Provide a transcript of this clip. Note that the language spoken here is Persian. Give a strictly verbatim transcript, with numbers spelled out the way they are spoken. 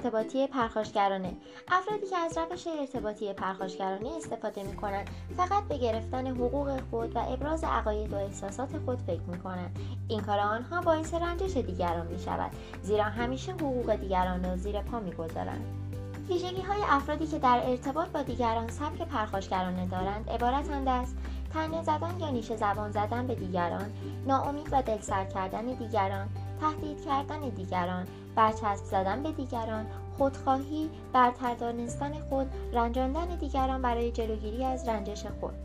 ارتباطی پرخاشگرانه. افرادی که از روش ارتباطی پرخاشگرانه استفاده می‌کنند فقط به گرفتن حقوق خود و ابراز عقاید و احساسات خود فکر می‌کنند. این کار آنها باعث رنجش دیگران می‌شود، زیرا همیشه حقوق دیگران را زیر پا می‌گذارند. ویژگی‌های افرادی که در ارتباط با دیگران سبک پرخاشگرانه دارند عبارتند از طعنه زدن یا نیشه زبان زدن به دیگران، ناامید و دلسرد کردن دیگران، تهدید کردن دیگران، برچسب زدن به دیگران، خودخواهی، برتر دانستن خود، رنجاندن دیگران برای جلوگیری از رنجش خود.